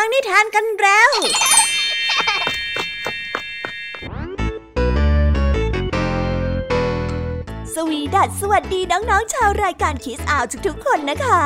ฟังนิทานกันแล้วสวัสดีน้องๆชาวรายการคิสอาวทุกๆคนนะคะ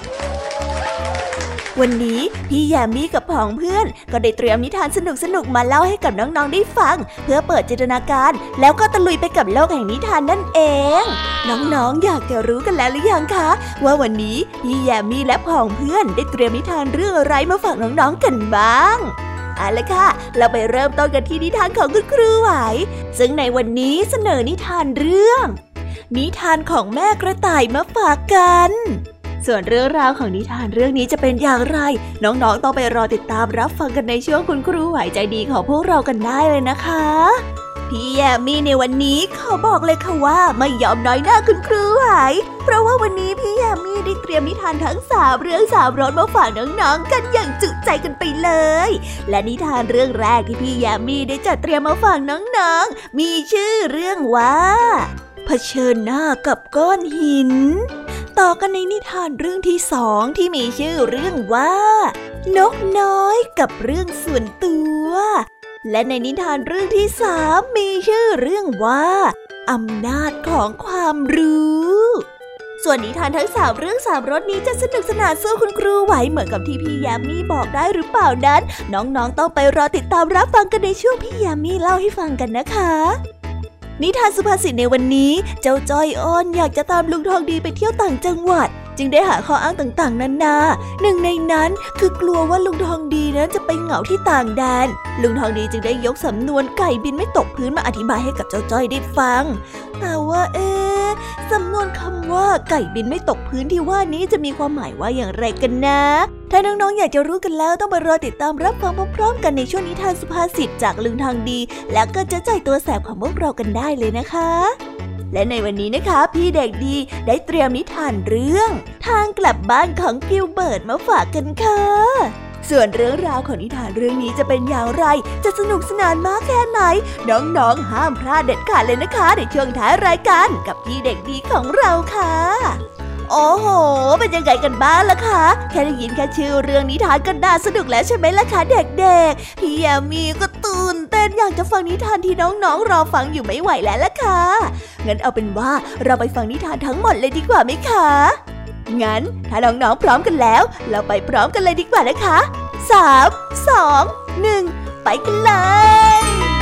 วันนี้พี่แยมมี่กับผองเพื่อนก็ได้เตรียมนิทานสนุกๆมาเล่าให้กับน้องๆได้ฟังเพื่อเปิดจินตนาการแล้วก็ตะลุยไปกับโลกแห่งนิทานนั่นเองน้องๆอยากจะรู้กันแล้วหรือยังคะว่าวันนี้พี่แยมมี่และผองเพื่อนได้เตรียมนิทานเรื่องอะไรมาฝากน้องๆกันบ้างเอาล่ะค่ะเราไปเริ่มต้นกันที่นิทานของคุณครูไหวซึ่งในวันนี้เสนอนิทานเรื่องนิทานของแม่กระต่ายมาฝากกันส่วนเรื่องราวของนิทานเรื่องนี้จะเป็นอย่างไรน้องๆต้องไปรอติดตามรับฟังกันในช่วงคุณครูไหวใจดีของพวกเรากันได้เลยนะคะพี่แยมมี่ในวันนี้ขอบอกเลยค่ะว่าไม่ยอมน้อยหน้าคุณครูไหวเพราะว่าวันนี้พี่แยมมี่ได้เตรียมนิทานทั้ง3เรื่อง3รสมาฝากน้องๆกันอย่างจุใจกันไปเลยและนิทานเรื่องแรกที่พี่แยมมี่ได้จัดเตรียมมาฝากน้องๆมีชื่อเรื่องว่าเผชิญหน้ากับก้อนหินต่อกันในนิทานเรื่องที่2ที่มีชื่อเรื่องว่านกน้อยกับเรื่องส่วนตัวและในนิทานเรื่องที่3มีชื่อเรื่องว่าอำนาจของความรู้ส่วนนิทานทั้ง3เรื่อง3รสนี้จะสนุกสนานสู้คุณครูไหวเหมือนกับที่พี่แยมมี่บอกได้หรือเปล่านั้นน้องๆต้องไปรอติดตามรับฟังกันในช่วงพี่แยมมี่เล่าให้ฟังกันนะคะนิทานสุภาษิตในวันนี้เจ้าจ้อยอ้อนอยากจะตามลุงทองดีไปเที่ยวต่างจังหวัดจึงได้หาข้ออ้างต่างๆนานาหนึ่งในนั้นคือกลัวว่าลุงทองดีนั้นจะไปเหงาที่ต่างแดนลุงทองดีจึงได้ยกสำนวนไก่บินไม่ตกพื้นมาอธิบายให้กับเจ้าจ้อยได้ฟังแต่ว่าสำนวนคำว่าไก่บินไม่ตกพื้นที่ว่านี้จะมีความหมายว่าอย่างไรกันนะถ้าน้องๆอยากจะรู้กันแล้วต้องไปรอติดตามรับฟังพร้อมๆกันในช่วงนิทานสุภาษิตจากลุงทองดีและก็เจ้าจ้อยตัวแสบของพวกเรากันได้เลยนะคะและในวันนี้นะคะพี่เด็กดีได้เตรียมนิทานเรื่องทางกลับบ้านของกิลเบิร์ตมาฝากกันค่ะส่วนเรื่องราวของนิทานเรื่องนี้จะเป็นอย่างไรจะสนุกสนานมากแค่ไหนน้องๆห้ามพลาดเด็ดขาดเลยนะคะในช่วงท้ายรายการกับพี่เด็กดีของเราค่ะโอ้โหเป็นยังไงกันบ้างล่ะคะแค่ได้ยินแค่ชื่อเรื่องนิทานก็น่าสนุกแล้วใช่ไหมล่ะคะเด็กๆพี่แยมมี่ก็ตื่นเต้นอยากจะฟังนิทานที่น้องๆรอฟังอยู่ไม่ไหวแล้วล่ะค่ะงั้นเอาเป็นว่าเราไปฟังนิทานทั้งหมดเลยดีกว่าไหมคะงั้นถ้าน้องๆพร้อมกันแล้วเราไปพร้อมกันเลยดีกว่านะคะ3 2 1ไปกันเลย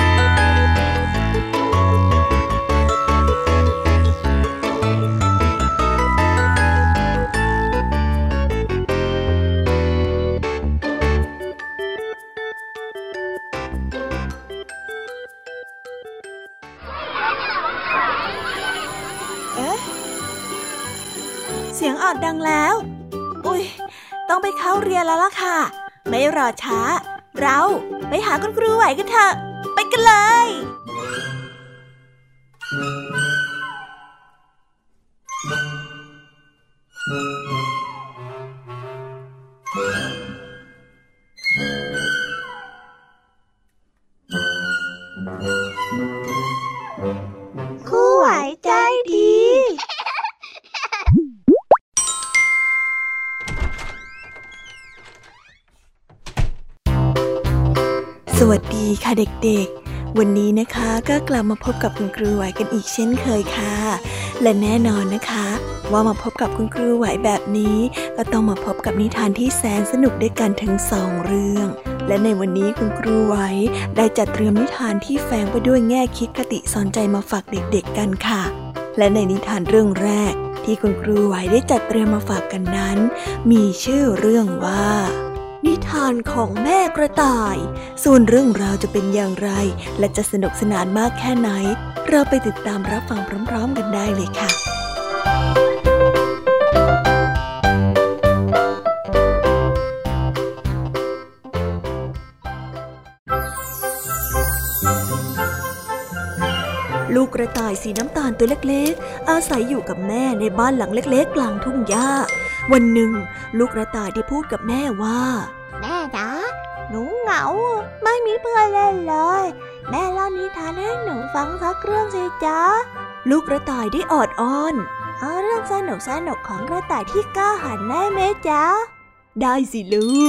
เสียงออดดังแล้วอุ๊ยต้องไปเข้าเรียนแล้วล่ะค่ะไม่รอช้าเราไปหาคุณครูไหวกันเถอะไปกันเลยครูไหวใจดีสวัสดีค่ะเด็กๆวันนี้นะคะก็กลับมาพบกับคุณครูไหวกันอีกเช่นเคยค่ะและแน่นอนนะคะว่ามาพบกับคุณครูไหวแบบนี้ก็ต้องมาพบกับนิทานที่แสนสนุกด้วยกันทั้ง2เรื่องและในวันนี้คุณครูไหวได้จัดเตรียมนิทานที่แฝงไปด้วยแง่คิดคติสอนใจมาฝากเด็กๆกันค่ะและในนิทานเรื่องแรกที่คุณครูไหวได้จัดเตรียมมาฝากกันนั้นมีชื่อเรื่องว่านิทานของแม่กระต่ายส่วนเรื่องราวจะเป็นอย่างไรและจะสนุกสนานมากแค่ไหนเราไปติดตามรับฟังพร้อมๆกันได้เลยค่ะลูกกระต่ายสีน้ำตาลตัวเล็กๆอาศัยอยู่กับแม่ในบ้านหลังเล็กๆกลางทุ่งหญ้าวันหนึ่งลูกกระต่ายได้พูดกับแม่ว่าแม่จ๋าหนูเหงาไม่มีเพื่อนเล่นเลยแม่เล่านิทานให้หนูฟังสักเรื่องสิจ๊ะลูกกระต่ายได้ออดอ้อนเอาเรื่องสนุกของกระต่ายที่กล้าหาญได้ไหมจ๊ะได้สิลูก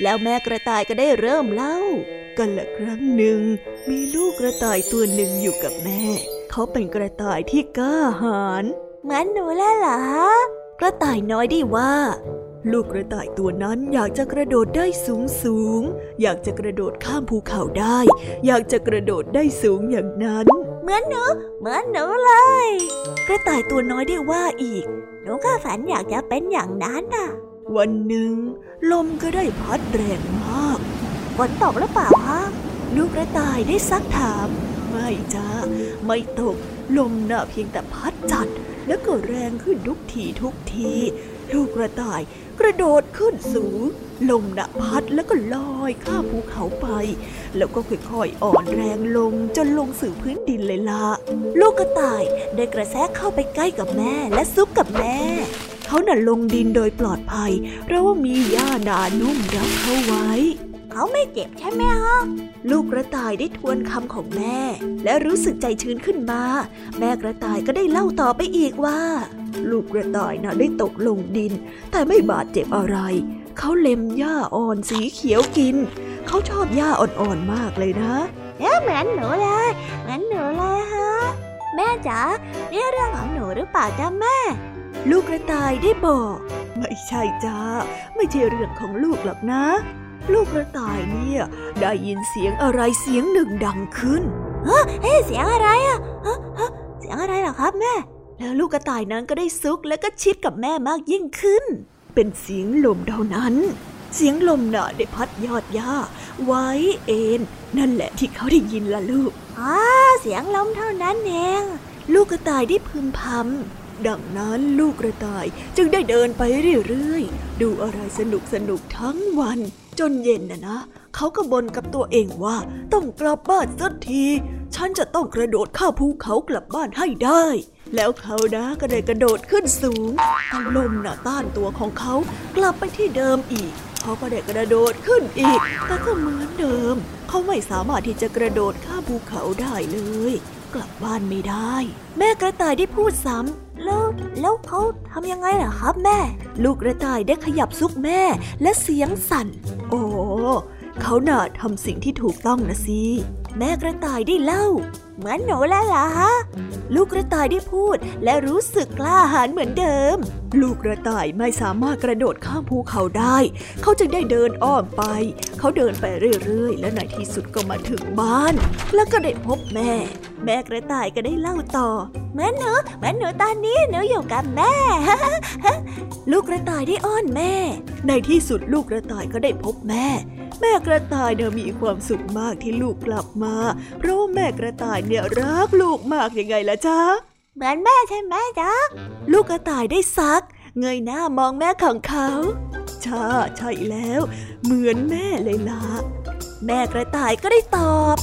แล้วแม่กระต่ายก็ได้เริ่มเล่ากันละครั้งหนึ่งมีลูกกระต่ายตัวหนึ่งอยู่กับแม่เขาเป็นกระต่ายที่กล้าหาญเหมือนหนูแล้วเหรอกระต่ายน้อยได้ว่าลูกกระต่ายตัวนั้นอยากจะกระโดดได้สูงอยากจะกระโดดข้ามภูเขาได้อยากจะกระโดดได้สูงอย่างนั้นเหมือนหนูเลยกระต่ายตัวน้อยได้ว่าอีกหนูก็ฝันอยากจะเป็นอย่างนั้นน่ะวันหนึ่งลมก็ได้พัดแรงมากฝนตกหรือเปล่าคะลูกกระต่ายได้ซักถามไม่จ้าไม่ตกลมน่ะเพียงแต่พัดจัดแล้วก็แรงขึ้นทุกทีลูกกระต่ายกระโดดขึ้นสูงลมน่ะพัดแล้วก็ลอยข้ามภูเขาไปแล้วก็ค่อยๆอ่อนแรงลงจนลงสู่พื้นดินเลยล่ะลูกกระต่ายได้กระแทกเข้าไปใกล้กับแม่และซุกกับแม่เขาน่ะลงดินโดยปลอดภัยเพราะว่ามีหญ้าหนานุ่มรับเขาไว้เขาไม่เจ็บใช่ไหมฮะลูกกระต่ายได้ทวนคำของแม่และรู้สึกใจชื้นขึ้นมาแม่กระต่ายก็ได้เล่าต่อไปอีกว่าลูกกระต่ายน่ะได้ตกลงดินแต่ไม่บาดเจ็บอะไรเขาเล็มหญ้าอ่อนสีเขียวกินเขาชอบหญ้าอ่อนๆมากเลยนะเหมือนหนูเลยฮะแม่จ๋านี่เรื่องของหนูหรือเปล่าจ๊ะแม่ลูกกระต่ายได้บอกไม่ใช่จ้าไม่ใช่เรื่องของลูกหรอกนะลูกกระต่ายเนี่ยได้ยินเสียงอะไรเสียงหนึ่งดังขึ้นเสียงอะไรอ่ะเสียงอะไรเหรอครับแม่แล้วลูกกระต่ายนั้นก็ได้ซุกและก็ชิดกับแม่มากยิ่งขึ้นเป็นเสียงลมเท่านั้นเสียงลมน่ะได้พัดยอดหญ้าไว้เอ็นนั่นแหละที่เขาได้ยินล่ะลูกเสียงลมเท่านั้นเองลูกกระต่ายได้พึมพำดังนั้นลูกกระต่ายจึงได้เดินไปเรื่อยๆดูอะไรสนุกทั้งวันจนเย็นนะเขาก็บ่นกับตัวเองว่าต้องกลับบ้านสักทีฉันจะต้องกระโดดข้ามภูเขากลับบ้านให้ได้แล้วเขาก็ได้กระโดดขึ้นสูงแต่ลมต้านตัวของเขากลับไปที่เดิมอีกเขาก็ได้กระโดดขึ้นอีกแต่ก็เหมือนเดิมเขาไม่สามารถที่จะกระโดดข้ามภูเขาได้เลยกลับบ้านไม่ได้แม่กระต่ายได้พูดซ้ำแล้วเขาทำยังไงล่ะครับแม่ลูกกระต่ายได้ขยับซุกแม่และเสียงสั่นโอ้เขาทำสิ่งที่ถูกต้องนะสิแม่กระต่ายได้เล่าเหมือนหนูแล้วเหรอฮะลูกกระต่ายได้พูดและรู้สึกกล้าหาญเหมือนเดิมลูกกระต่ายไม่สามารถกระโดดข้ามภูเขาได้เขาจึงได้เดินอ้อมไปเขาเดินไปเรื่อยๆและในที่สุดก็มาถึงบ้านแล้วก็ได้พบแม่กระต่ายก็ได้เล่าต่อเหมือนหนูตอนนี้หนูอยู่กับแม่ ลูกกระต่ายได้อ้อนแม่ในที่สุดลูกกระต่ายก็ได้พบแม่กระต่ายมีความสุขมากที่ลูกกลับมาเพราะว่าแม่กระต่ายรักลูกมากยังไงล่ะจ๊ะเหมือนแม่ใช่ไหมจ๊ะลูกกระต่ายได้ซักเงยหน้ามองแม่ของเขาใช่แล้วเหมือนแม่เลยล่ะแม่กระต่ายก็ได้ตอบ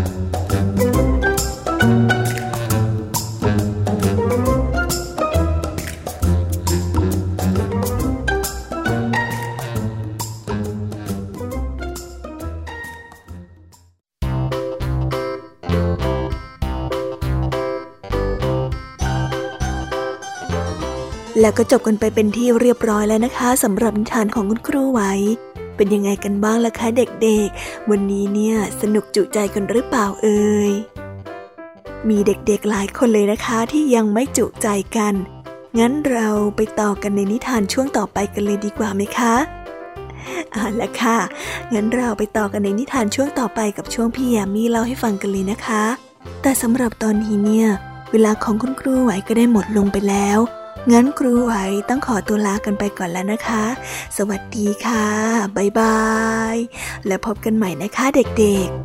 แล้วก็จบกันไปเป็นที่เรียบร้อยแล้วนะคะสำหรับนิทานของคุณครูไหวเป็นยังไงกันบ้างล่ะคะเด็กๆวันนี้สนุกจุใจกันหรือเปล่าเอ่ยมีเด็กๆหลายคนเลยนะคะที่ยังไม่จุใจกันงั้นเราไปต่อกันในนิทานช่วงต่อไปกันเลยดีกว่าไหมคะเอาล่ะค่ะงั้นเราไปต่อกันในนิทานช่วงต่อไปกับช่วงพี่แยมมี่เล่าให้ฟังกันเลยนะคะแต่สำหรับตอนนี้เวลาของคุณครูไหวก็ได้หมดลงไปแล้วงั้นครูไหวต้องขอตัวลากันไปก่อนแล้วนะคะสวัสดีค่ะบ๊ายบายแล้วพบกันใหม่นะคะเด็กๆ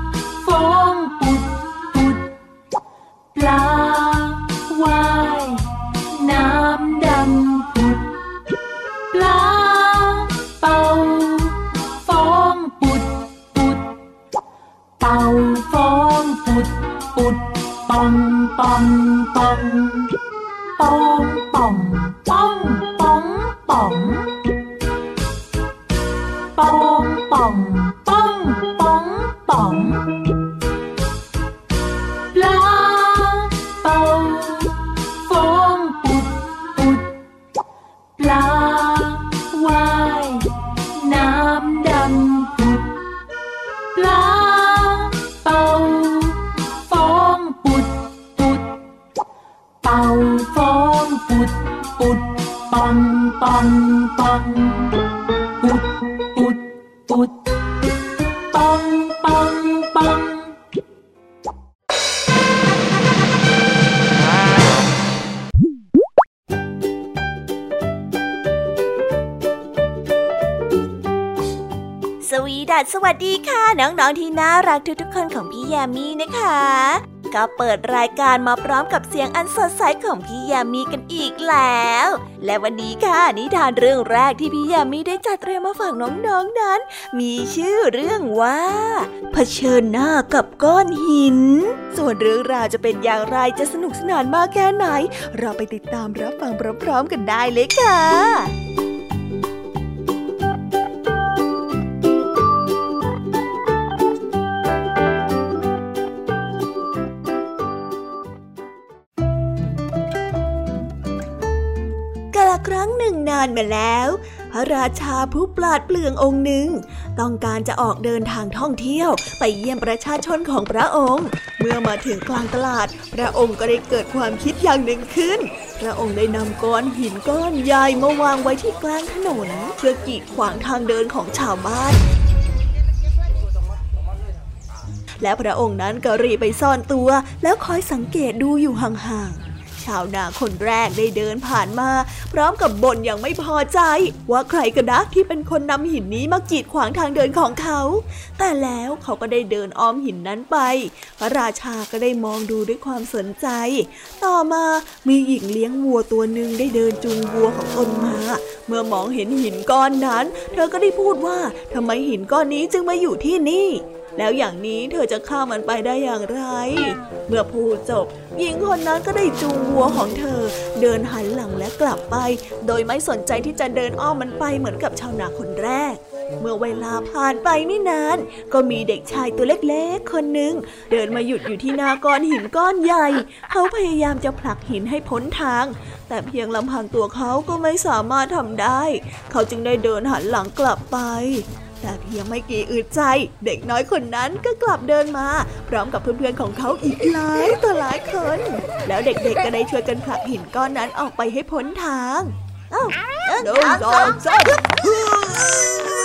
ปลาว่ายองปองปองปองปองปองปองปองปองปองปองปองปลาเป่าฟองปุดปุดปลาว่ายน้ำดำปุดปลาเป่าฟองปุดปุดเป่าฟองปุดปุดปองปองปองปุดปุดปุดปองปองปองสวัสดีค่ะน้องๆที่น่ารักทุกๆคนของพี่ยามีนะคะก็เปิดรายการมาพร้อมกับเสียงอันสดใสของพี่ยามีกันอีกแล้วและวันนี้ค่ะนิทานเรื่องแรกที่พี่ยามีได้จัดเตรียมมาฝากน้องๆนั้นมีชื่อเรื่องว่าเผชิญหน้ากับก้อนหินส่วนเรื่องราวจะเป็นอย่างไรจะสนุกสนานมากแค่ไหนเราไปติดตามรับฟังพร้อมๆกันได้เลยค่ะครั้งหนึ่งนานมาแล้วพระราชาผู้ปราดเปรื่ององค์หนึ่งต้องการจะออกเดินทางท่องเที่ยวไปเยี่ยมประชาชนของพระองค์เมื่อมาถึงกลางตลาดพระองค์ก็ได้เกิดความคิดอย่างหนึ่งขึ้นพระองค์ได้นำก้อนหินก้อนใหญ่มาวางไว้ที่กลางถนนเพื่อกีดขวางทางเดินของชาวบ้านและพระองค์นั้นก็รีบไปซ่อนตัวแล้วคอยสังเกตดูอยู่ห่างๆชาวนาคนแรกได้เดินผ่านมาพร้อมกับบ่นอย่างไม่พอใจว่าใครกันนะที่เป็นคนนำหินนี้มากีดขวางทางเดินของเขาแต่แล้วเขาก็ได้เดินอ้อมหินนั้นไปพระราชาก็ได้มองดูด้วยความสนใจต่อมามีหญิงเลี้ยงวัวตัวหนึ่งได้เดินจูงวัวของตนมาเมื่อมองเห็นหินก้อนนั้นเธอก็ได้พูดว่าทำไมหินก้อนนี้จึงมาอยู่ที่นี่แล้วอย่างนี้เธอจะข้ามมันไปได้อย่างไรเมื่อพูดจบหญิงคนนั้นก็ได้จูงวัวของเธอเดินหันหลังและกลับไปโดยไม่สนใจที่จะเดินอ้อมมันไปเหมือนกับชาวนาคนแรกเมื่อเวลาผ่านไปไม่นานก็มีเด็กชายตัวเล็กๆคนหนึ่งเดินมาหยุดอยู่ที่หน้าก้อนหินก้อนใหญ่เขาพยายามจะผลักหินให้พ้นทางแต่เพียงลำพังตัวเขาก็ไม่สามารถทำได้เขาจึงได้เดินหันหลังกลับไปแต่เพียงไม่กี่อึดใจเด็กน้อยคนนั้นก็กลับเดินมาพร้อมกับเพื่อนๆของเขาอีกหลายต่อหลายคนแล้วเด็กๆก็ได้ช่วยกันผลักหินก้อนนั้นออกไปให้พ้นทาง1 2 3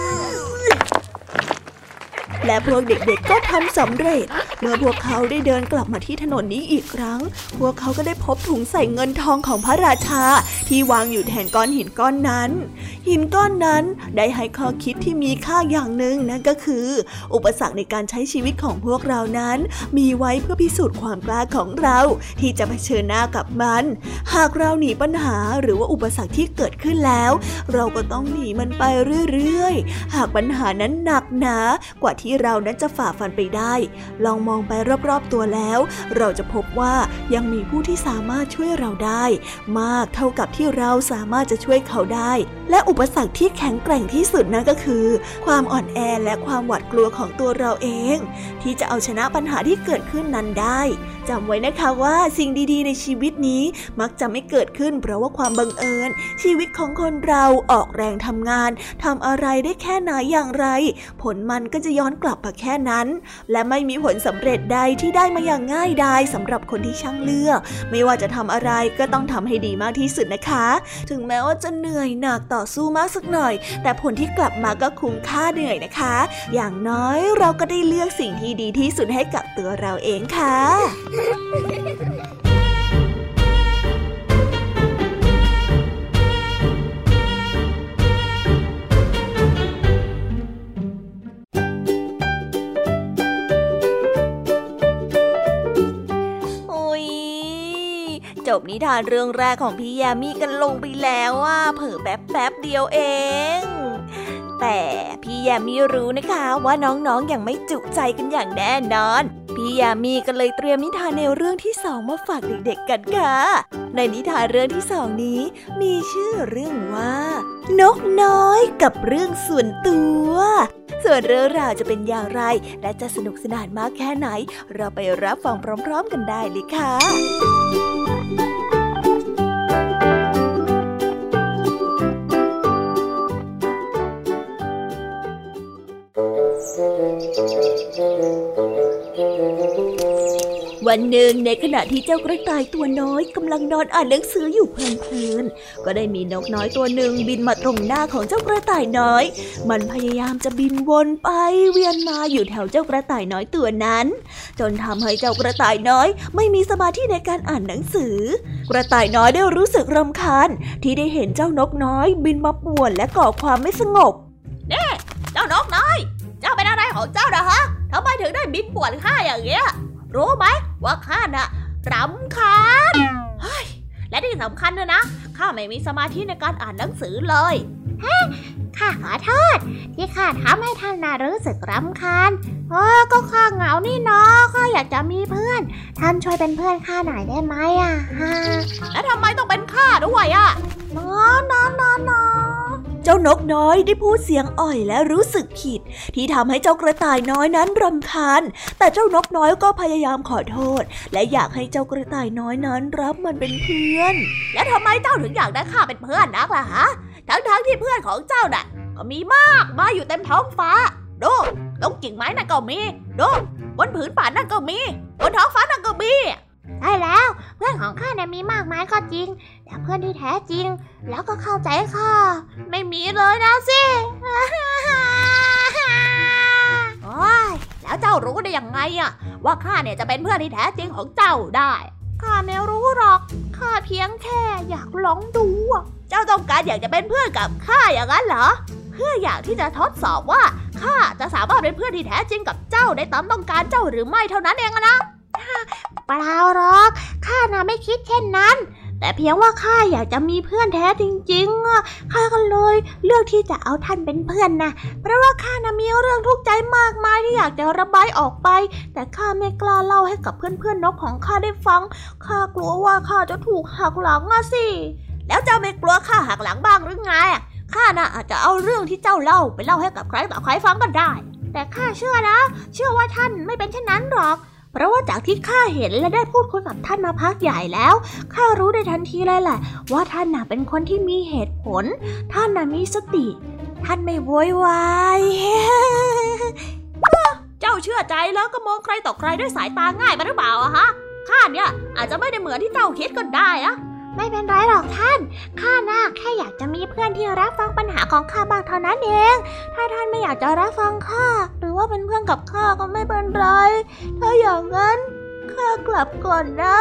และพวกเด็กๆก็ทำสำเร็จเมื่อพวกเขาได้เดินกลับมาที่ถนนนี้อีกครั้งพวกเขาก็ได้พบถุงใส่เงินทองของพระราชาที่วางอยู่แทนก้อนหินก้อนนั้นหินก้อนนั้นได้ให้ข้อคิดที่มีค่าอย่างหนึ่งนั่นก็คืออุปสรรคในการใช้ชีวิตของพวกเรานั้นมีไว้เพื่อพิสูจน์ความกล้าของเราที่จะเผชิญหน้ากับมันหากเราหนีปัญหาหรือว่าอุปสรรคที่เกิดขึ้นแล้วเราก็ต้องหนีมันไปเรื่อยๆหากปัญหานั้นหนักหนากว่าที่เรานั้นจะฝ่าฟันไปได้ลองมองไปรอบๆตัวแล้วเราจะพบว่ายังมีผู้ที่สามารถช่วยเราได้มากเท่ากับที่เราสามารถจะช่วยเขาได้และอุปสรรคที่แข็งแกร่งที่สุดนั่นก็คือความอ่อนแอและความหวาดกลัวของตัวเราเองที่จะเอาชนะปัญหาที่เกิดขึ้นนั้นได้จำไว้นะคะว่าสิ่งดีๆในชีวิตนี้มักจะไม่เกิดขึ้นเพราะว่าความบังเอิญชีวิตของคนเราออกแรงทำงานทำอะไรได้แค่ไหนอย่างไรผลมันก็จะย้อนกลับมาแค่นั้นและไม่มีผลสำเร็จใดที่ได้มาอย่างง่ายดายสำหรับคนที่ช่างเลือกไม่ว่าจะทำอะไรก็ต้องทำให้ดีมากที่สุดนะคะถึงแม้ว่าจะเหนื่อยหนักต่อสู้มากสักหน่อยแต่ผลที่กลับมาก็คุ้มค่าเหนื่อยนะคะอย่างน้อยเราก็ได้เลือกสิ่งที่ดีที่สุดให้กับตัวเราเองค่ะจบนิทานเรื่องแรกของพี่ยามีกันลงไปแล้วเผลอแป๊บเดียวเองแต่พี่ยามีรู้นะคะว่าน้องๆยังไม่จุใจกันอย่างแน่นอนพี่พี่ยามีก็เลยเตรียมนิทานแนวเรื่องที่สองมาฝากเด็กๆกันค่ะในนิทานเรื่องที่สองนี้มีชื่อเรื่องว่านกน้อยกับเรื่องส่วนตัวส่วนเรื่องราวจะเป็นอย่างไรและจะสนุกสนานมากแค่ไหนเราไปรับฟังพร้อมๆกันได้เลยค่ะวันหนึ่งในขณะที่เจ้ากระต่ายตัวน้อยกำลังนอนอ่านหนังสืออยู่เพลินๆก็ได้มีนกน้อยตัวหนึ่งบินมาตรงหน้าของเจ้ากระต่ายน้อยมันพยายามจะบินวนไปเวียนมาอยู่แถวเจ้ากระต่ายน้อยตัวนั้นจนทำให้เจ้ากระต่ายน้อยไม่มีสมาธิในการอ่านหนังสือกระต่ายน้อยได้รู้สึกรำคาญที่ได้เห็นเจ้านกน้อยบินมาป่วนและก่อความไม่สงบเน่เจ้านกน้อยเจ้าเป็นอะไรของเจ้านะฮะทำไมถึงได้บินป่วนข้าอย่างเงี้ยรู้ไหมว่าข้าน่ะรำคาญและที่สำคัญนะข้าไม่มีสมาธิในการอ่านหนังสือเลยข้าขอโทษที่ข้าทำให้ท่านน่ะรู้สึกรำคาญก็ข้าเหงานี่เนาะข้าอยากจะมีเพื่อนท่านช่วยเป็นเพื่อนข้าหน่อยได้ไหมแล้วทำไมต้องเป็นข้าด้วยน้อเจ้านกน้อยได้พูดเสียงอ่อยและรู้สึกผิดที่ทำให้เจ้ากระต่ายน้อยนั้นรำคาญแต่เจ้านกน้อยก็พยายามขอโทษและอยากให้เจ้ากระต่ายน้อยนั้นรับมันเป็นเพื่อนแล้วทำไมเจ้าถึงอยากได้ข้าเป็นเพื่อนนักล่ะฮะทั้งที่เพื่อนของเจ้าน่ะก็มีมากมายอยู่เต็มท้องฟ้าดูตรงกิ่งไม้นั่นก็มีดูบนผืนป่านั่นก็มีบนท้องฟ้านั่นก็มีใช่แล้วเพื่อนของข้าเนี่ยมีมากมายก็จริงแต่เพื่อนที่แท้จริงแล้วก็เข้าใจข้าไม่มีเลยนะสิโอ้ยแล้วเจ้ารู้ได้ยังไงว่าข้าเนี่ยจะเป็นเพื่อนที่แท้จริงของเจ้าได้ข้าไม่รู้หรอกข้าเพียงแค่อยากลองดูเจ้าต้องการอยากจะเป็นเพื่อนกับข้าอย่างนั้นเหรอเพื่ออยากที่จะทดสอบว่าข้าจะสามารถเป็นเพื่อนที่แท้จริงกับเจ้าได้ตามต้องการเจ้าหรือไม่เท่านั้นเองนะเปล่าหรอกข้าน่ะไม่คิดเช่นนั้นแต่เพียงว่าข้าอยากจะมีเพื่อนแท้จริงๆข้าก็เลยเลือกที่จะเอาท่านเป็นเพื่อนนะเพราะว่าข้าน่ะมีเรื่องทุกข์ใจมากมายที่อยากจะระบายออกไปแต่ข้าไม่กล้าเล่าให้กับเพื่อนๆนกของข้าได้ฟังข้ากลัวว่าข้าจะถูกหักหลังสิแล้วเจ้าไม่กลัวข้าหักหลังบ้างหรือไงข้าน่ะอาจจะเอาเรื่องที่เจ้าเล่าไปเล่าให้กับใครต่อใครฟังก็ได้แต่ข้าเชื่อว่าท่านไม่เป็นเช่นนั้นหรอกเพราะว่าจากที่ข้าเห็นและได้พูดคุยกับท่านมาพักใหญ่แล้วข้ารู้ได้ทันทีเลยแหละว่าท่านน่ะเป็นคนที่มีเหตุผลท่านน่ะมีสติท่านไม่โวยวายเจ้าเชื่อใจแล้วก็มองใครต่อใครด้วยสายตาง่ายไปหรือเปล่าฮะข้าเนี่ยอาจจะไม่ได้เหมือนที่เจ้าคิดก็ได้ไม่เป็นไรหรอกท่านข้าน่ะแค่อยากจะมีเพื่อนที่รับฟังปัญหาของข้าบ้างเท่านั้นเองถ้าท่านไม่อยากจะรับฟังข้าหรือว่าเป็นเพื่อนกับข้าก็ไม่เป็นไรถ้าอย่างนั้นข้ากลับก่อนนะ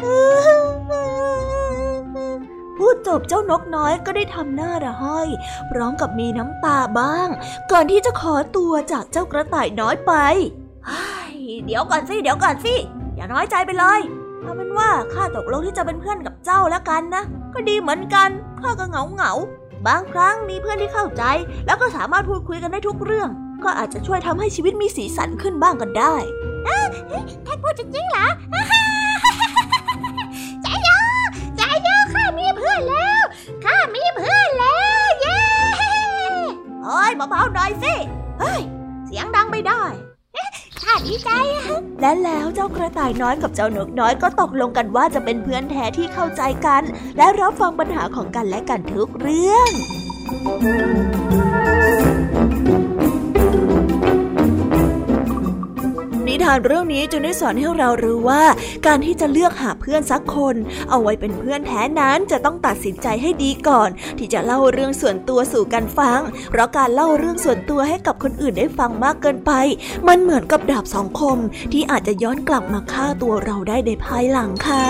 พูดจบเจ้านกน้อยก็ได้ทำหน้าระห้อยพร้อมกับมีน้ำตาบ้างก่อนที่จะขอตัวจากเจ้ากระต่ายน้อยไปเดี๋ยวก่อนสิอย่าน้อยใจไปเลยเอาเป็นว่าข้าตกลงที่จะเป็นเพื่อนกับเจ้าแล้วกันนะก็ดีเหมือนกันข้าก็เหงาบางครั้งมีเพื่อนที่เข้าใจแล้วก็สามารถพูดคุยกันได้ทุกเรื่องก็อาจจะช่วยทำให้ชีวิตมีสีสันขึ้นบ้างก็ได้ท่านพูดจริงๆเหรอใจโยข้ามีเพื่อนแล้วเย้เฮ้ยเบาๆหน่อยสิเฮ้ยเสียงดังไม่ได้ข้าดีใจและแล้วเจ้ากระต่ายน้อยกับเจ้านกน้อยก็ตกลงกันว่าจะเป็นเพื่อนแท้ที่เข้าใจกันและรับฟังปัญหาของกันและกันทุกเรื่อง นิทานเรื่องนี้จึงได้สอนให้เรารู้ว่าการที่จะเลือกหาเพื่อนสักคนเอาไว้เป็นเพื่อนแท้นั้นจะต้องตัดสินใจให้ดีก่อนที่จะเล่าเรื่องส่วนตัวสู่กันฟังเพราะการเล่าเรื่องส่วนตัวให้กับคนอื่นได้ฟังมากเกินไปมันเหมือนกับดาบสองคมที่อาจจะย้อนกลับมาฆ่าตัวเราได้ในภายหลังค่ะ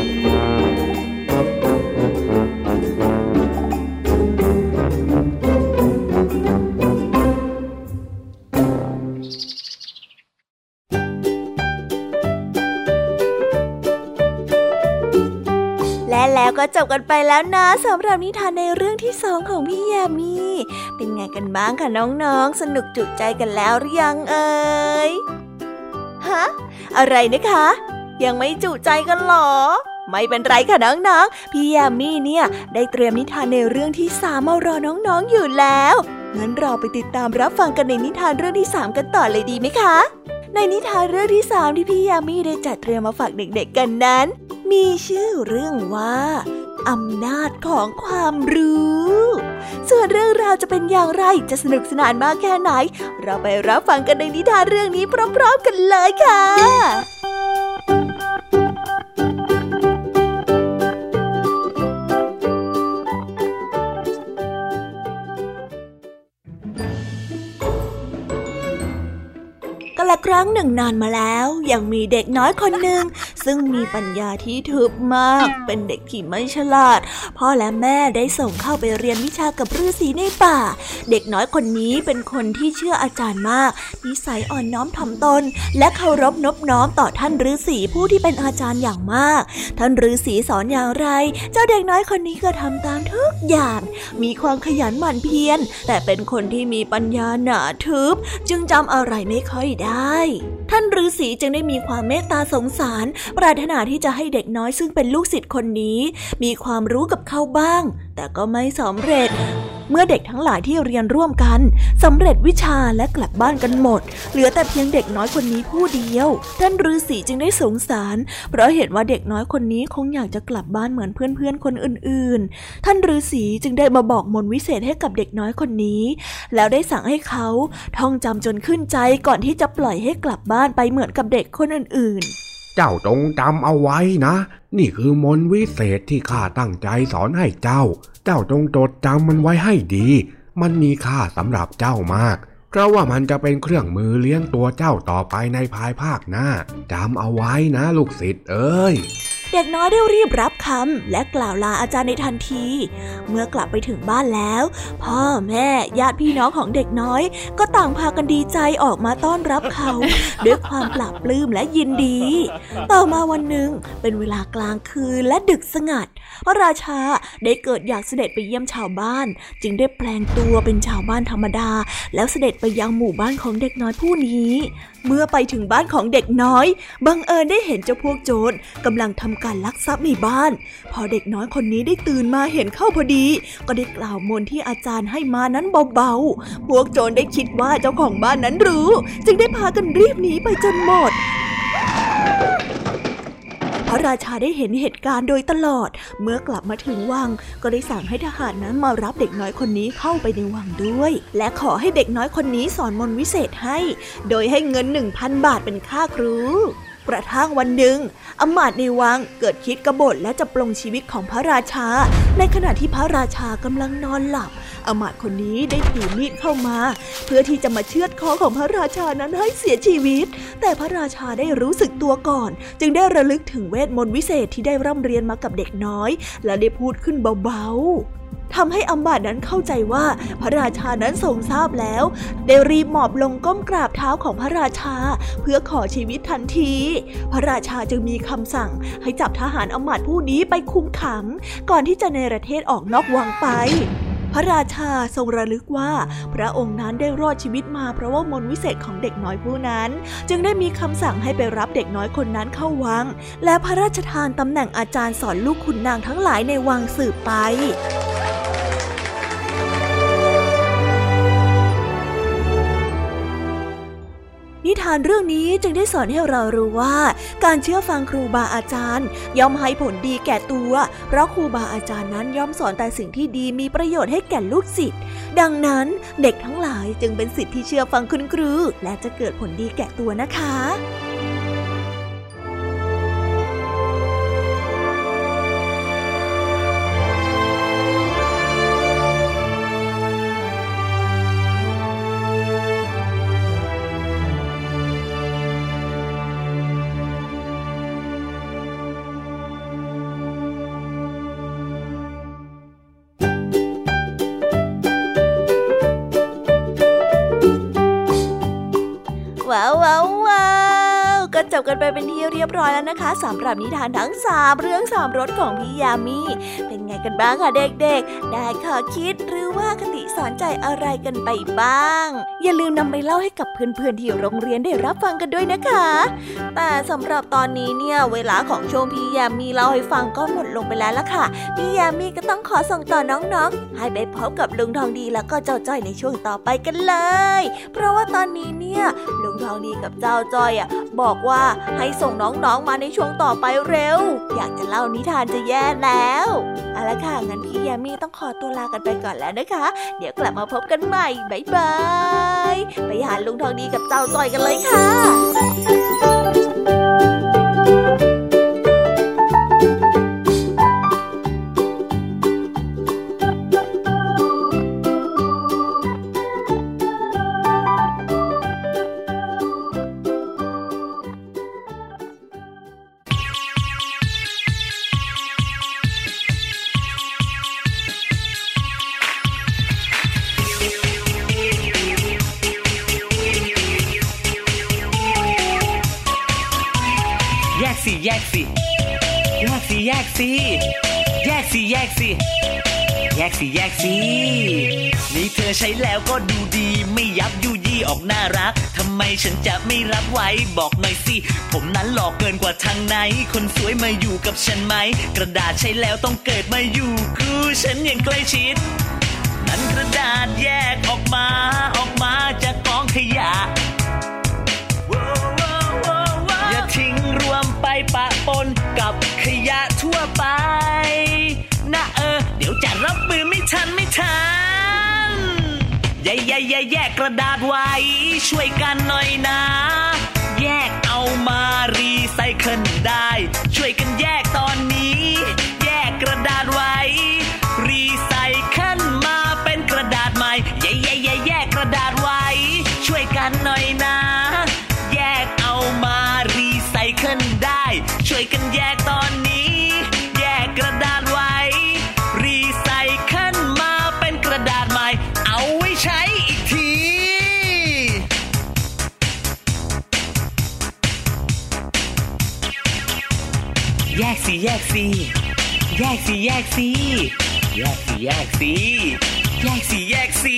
แล้วก็จบกันไปแล้วนะสำหรับนิทานในเรื่องที่2ของพี่ยามีเป็นไงกันบ้างคะน้องๆสนุกจุใจกันแล้วหรือยังเอ่ยฮอะไรนะคะยังไม่จุใจกันหรอไม่เป็นไรค่ะน้องๆพี่ยามีเนี่ยได้เตรียมนิทานในเรื่องที่3มารอน้องๆอยู่แล้วงั้นเราไปติดตามรับฟังกันในนิทานเรื่องที่3กันต่อเลยดีไหมคะในนิทานเรื่องที่3ที่พี่ยามีได้จัดเตรียมมาฝากเด็กๆกันนั้นมีชื่อเรื่องว่าอำนาจของความรู้ส่วนเรื่องราวจะเป็นอย่างไรจะสนุกสนานมากแค่ไหนเราไปรับฟังกันในนิทานเรื่องนี้พร้อมๆกันเลยค่ะและครั้งหนึ่งนานมาแล้วยังมีเด็กน้อยคนหนึ่งซึ่งมีปัญญาที่ทึบมากเป็นเด็กที่ไม่ฉลาดพ่อและแม่ได้ส่งเข้าไปเรียนวิชากับฤาษีในป่าเด็กน้อยคนนี้เป็นคนที่เชื่ออาจารย์มากนิสัยอ่อนน้อมถ่อมตนและเคารพนอบน้อมต่อท่านฤาษีผู้ที่เป็นอาจารย์อย่างมากท่านฤาษีสอนอย่างไรเจ้าเด็กน้อยคนนี้ก็ทำตามทุกอย่างมีความขยันหมั่นเพียรแต่เป็นคนที่มีปัญญาหนาทึบจึงจำอะไรไม่ค่อยได้ท่านฤาษีจึงได้มีความเมตตาสงสารปรารถนาที่จะให้เด็กน้อยซึ่งเป็นลูกศิษย์คนนี้มีความรู้กับเขาบ้างแต่ก็ไม่สำเร็จเมื่อเด็กทั้งหลายที่เรียนร่วมกันสำเร็จวิชาและกลับบ้านกันหมดเหลือแต่เพียงเด็กน้อยคนนี้ผู้เดียวท่านฤาษีจึงได้สงสารเพราะเห็นว่าเด็กน้อยคนนี้คงอยากจะกลับบ้านเหมือนเพื่อนๆคนอื่นๆท่านฤาษีจึงได้มาบอกมนต์วิเศษให้กับเด็กน้อยคนนี้แล้วได้สั่งให้เขาท่องจำจนขึ้นใจก่อนที่จะปล่อยให้กลับบ้านไปเหมือนกับเด็กคนอื่นๆเจ้าจงจำเอาไว้นะนี่คือมนต์วิเศษที่ข้าตั้งใจสอนให้เจ้าจงจดจำมันไว้ให้ดีมันมีค่าสำหรับเจ้ามากเพราะว่ามันจะเป็นเครื่องมือเลี้ยงตัวเจ้าต่อไปในภายภาคหน้าจำเอาไว้นะลูกศิษย์เอ้ยเด็กน้อยได้รีบรับคำและกล่าวลาอาจารย์ในทันทีเมื่อกลับไปถึงบ้านแล้วพ่อแม่ญาติพี่น้องของเด็กน้อยก็ต่างพากันดีใจออกมาต้อนรับเขาด้วยความปลาบปลื้มและยินดีต่อมาวันหนึ่งเป็นเวลากลางคืนและดึกสงัดพระราชาได้เกิดอยากเสด็จไปเยี่ยมชาวบ้านจึงได้แปลงตัวเป็นชาวบ้านธรรมดาแล้วเสด็จไปยังหมู่บ้านของเด็กน้อยผู้นี้เมื่อไปถึงบ้านของเด็กน้อยบังเอิญได้เห็นเจ้าพวกโจรกำลังทำการลักทรัพย์ในบ้านพอเด็กน้อยคนนี้ได้ตื่นมาเห็นเข้าพอดีก็ได้กล่าวมนต์ที่อาจารย์ให้มานั้นเบาๆพวกโจรได้คิดว่าเจ้าของบ้านนั้นรู้จึงได้พากันรีบหนีไปจนหมดพระราชาได้เห็นเหตุการณ์โดยตลอดเมื่อกลับมาถึงวังก็ได้สั่งให้ทหารนั้นมารับเด็กน้อยคนนี้เข้าไปในวังด้วยและขอให้เด็กน้อยคนนี้สอนมนต์วิเศษให้โดยให้เงิน 1,000 บาทเป็นค่าครูกระทั่งวันหนึ่งอำมาตย์ในวังเกิดคิดกบฏและจะปลงชีวิตของพระราชาในขณะที่พระราชากำลังนอนหลับอำมาตย์คนนี้ได้ถือมีดเข้ามาเพื่อที่จะมาเชือดคอของพระราชานั้นให้เสียชีวิตแต่พระราชาได้รู้สึกตัวก่อนจึงได้ระลึกถึงเวทมนต์วิเศษที่ได้ร่ำเรียนมากับเด็กน้อยและได้พูดขึ้นเบาๆทำให้อำมาตย์นั้นเข้าใจว่าพระราชานั้นทรงทราบแล้วได้รีบหมอบลงก้มกราบเท้าของพระราชาเพื่อขอชีวิตทันทีพระราชาจึงมีคำสั่งให้จับทหารอำมาตย์ผู้นี้ไปคุมขังก่อนที่จะเนรเทศออกนอกวังไปพระราชาทรงระลึกว่าพระองค์นั้นได้รอดชีวิตมาเพราะว่ามนต์วิเศษของเด็กน้อยผู้นั้นจึงได้มีคำสั่งให้ไปรับเด็กน้อยคนนั้นเข้าวังและพระราชทานตำแหน่งอาจารย์สอนลูกขุนนางทั้งหลายในวังสืบไปนิทานเรื่องนี้จึงได้สอนให้เรารู้ว่าการเชื่อฟังครูบาอาจารย์ย่อมให้ผลดีแก่ตัวเพราะครูบาอาจารย์นั้นย่อมสอนแต่สิ่งที่ดีมีประโยชน์ให้แก่ลูกศิษย์ดังนั้นเด็กทั้งหลายจึงเป็นศิษย์ที่เชื่อฟังคุณครูและจะเกิดผลดีแก่ตัวนะคะว้าวก็จบกันไปเป็นที่เรียบร้อยแล้วนะคะสำหรับนิทานทั้ง3เรื่อง3รสของพี่ยามีเป็นไงกันบ้างคะเด็กๆได้ข้อคิดหรือว่าคติสอนใจอะไรกันไปบ้างอย่าลืมนำไปเล่าให้กับเพื่อนๆที่โรงเรียนได้รับฟังกันด้วยนะคะแต่สำหรับตอนนี้เนี่ยเวลาของช่วงพี่ยามีเล่าให้ฟังก็หมดลงไปแล้วล่ะค่ะพี่ยามีก็ต้องขอส่งต่อน้องๆให้ไปพบกับลุงทองดีแล้วก็เจ้าจ้อยในช่วงต่อไปกันเลยเพราะว่าตอนนี้เนี่ยลุงทองดีกับเจ้าจ้อยบอกว่าให้ส่งน้องๆมาในช่วงต่อไปเร็วอยากจะเล่านิทานจะแย่แล้วเอาละค่ะงั้นพี่ยามีต้องขอตัวลากันไปก่อนแล้วนะคะเดี๋ยวกลับมาพบกันใหม่บ๊ายบายไปหาลุงทองดีกับเจ้าจ้อยกันเลยค่ะแยกสินี่เธอใช้แล้วก็ดูดีไม่ยับยุยี่ออกน่ารักทำไมฉันจะไม่รับไว้บอกหน่อยสิผมนั้นหล่อเกินกว่าทางไหนคนสวยมาอยู่กับฉันไหมกระดาษใช้แล้วต้องเกิดมาอยู่คู่ฉันอย่างใกล้ชิดนั้นกระดาษแยกออกมาจากกองขยะอย่าทิ้งรวมไปปะปนกับขยะทั่วไปนะเดี๋ยวจะรับมือไม่ทันแยกกระดาษไว้ช่วยกันหน่อยนะแยกเอามารีไซเคิลได้ช่วยกันแยกตอนนี้แยกกระดาษไว้รีไซเคิลมาเป็นกระดาษใหม่แยกกระดาษไว้ช่วยกันหน่อยนะแยกเอามารีไซเคิลได้ช่วยกันแยกตอนนี้แยกกระดาษไว้รีไซเคิลมาเป็นกระดาษใหม่เอาไว้ใช้อีกทีแยกสิ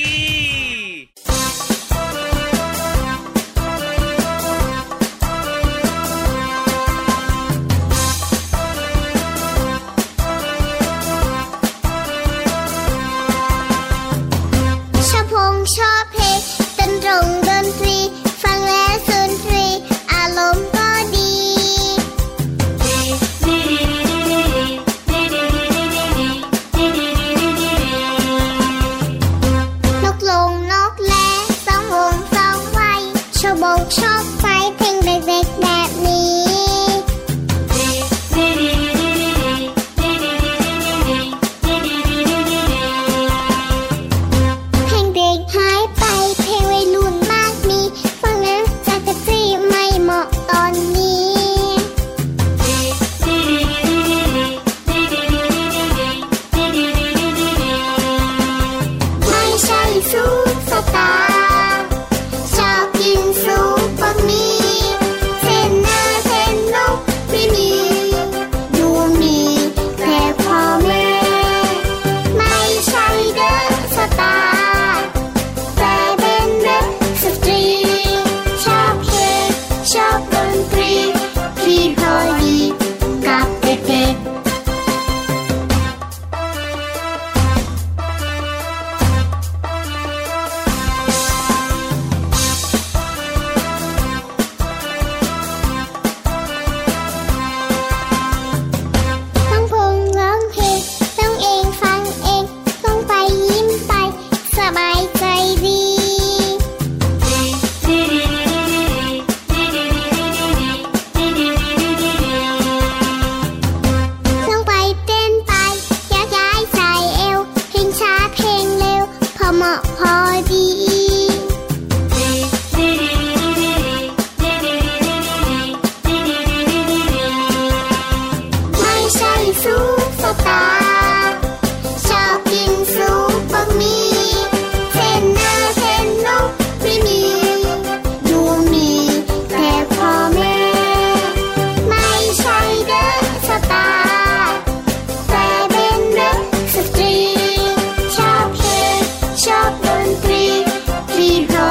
ชอบเพลงดนตรีฟังแล้วสุนทรีอารมณ์ก็ดีนกลงนกแลสองวงสองไว้ชอบไฟเพลงเด็กๆแบบนี้ชอบดนตรีที่เพราะ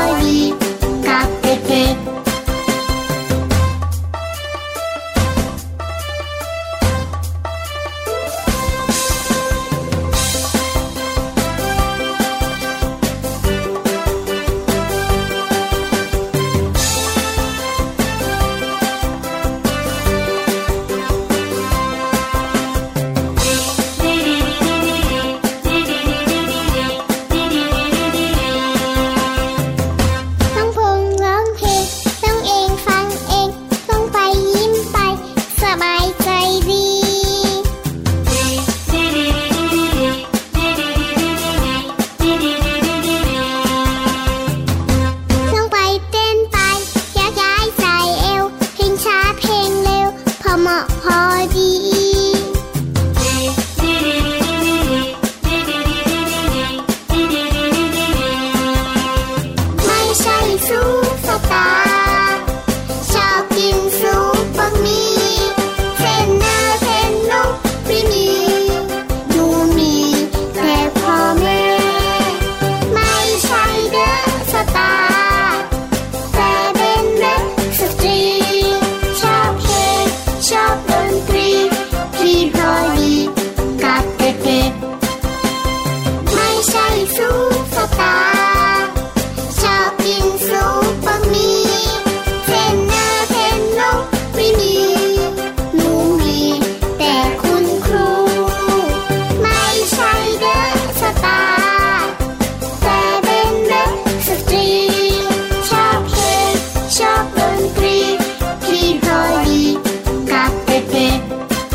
อดีกับเด็กๆไม่ใช่ซุปสตาร์ชอบกินซุปบะหมี่เทรนเนอร์เทรนนกไม่มีหนูมีแต่คุณครูไม่ใช่เดอะสตาร์แต่เป็นเดอะสตรีชอบเพลงชอบดนตรีที่พอดีกับเด็กๆ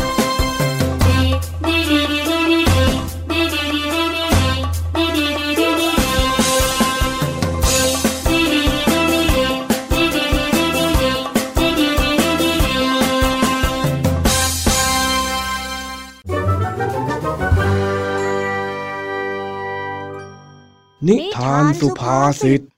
นิทานสุภาษิต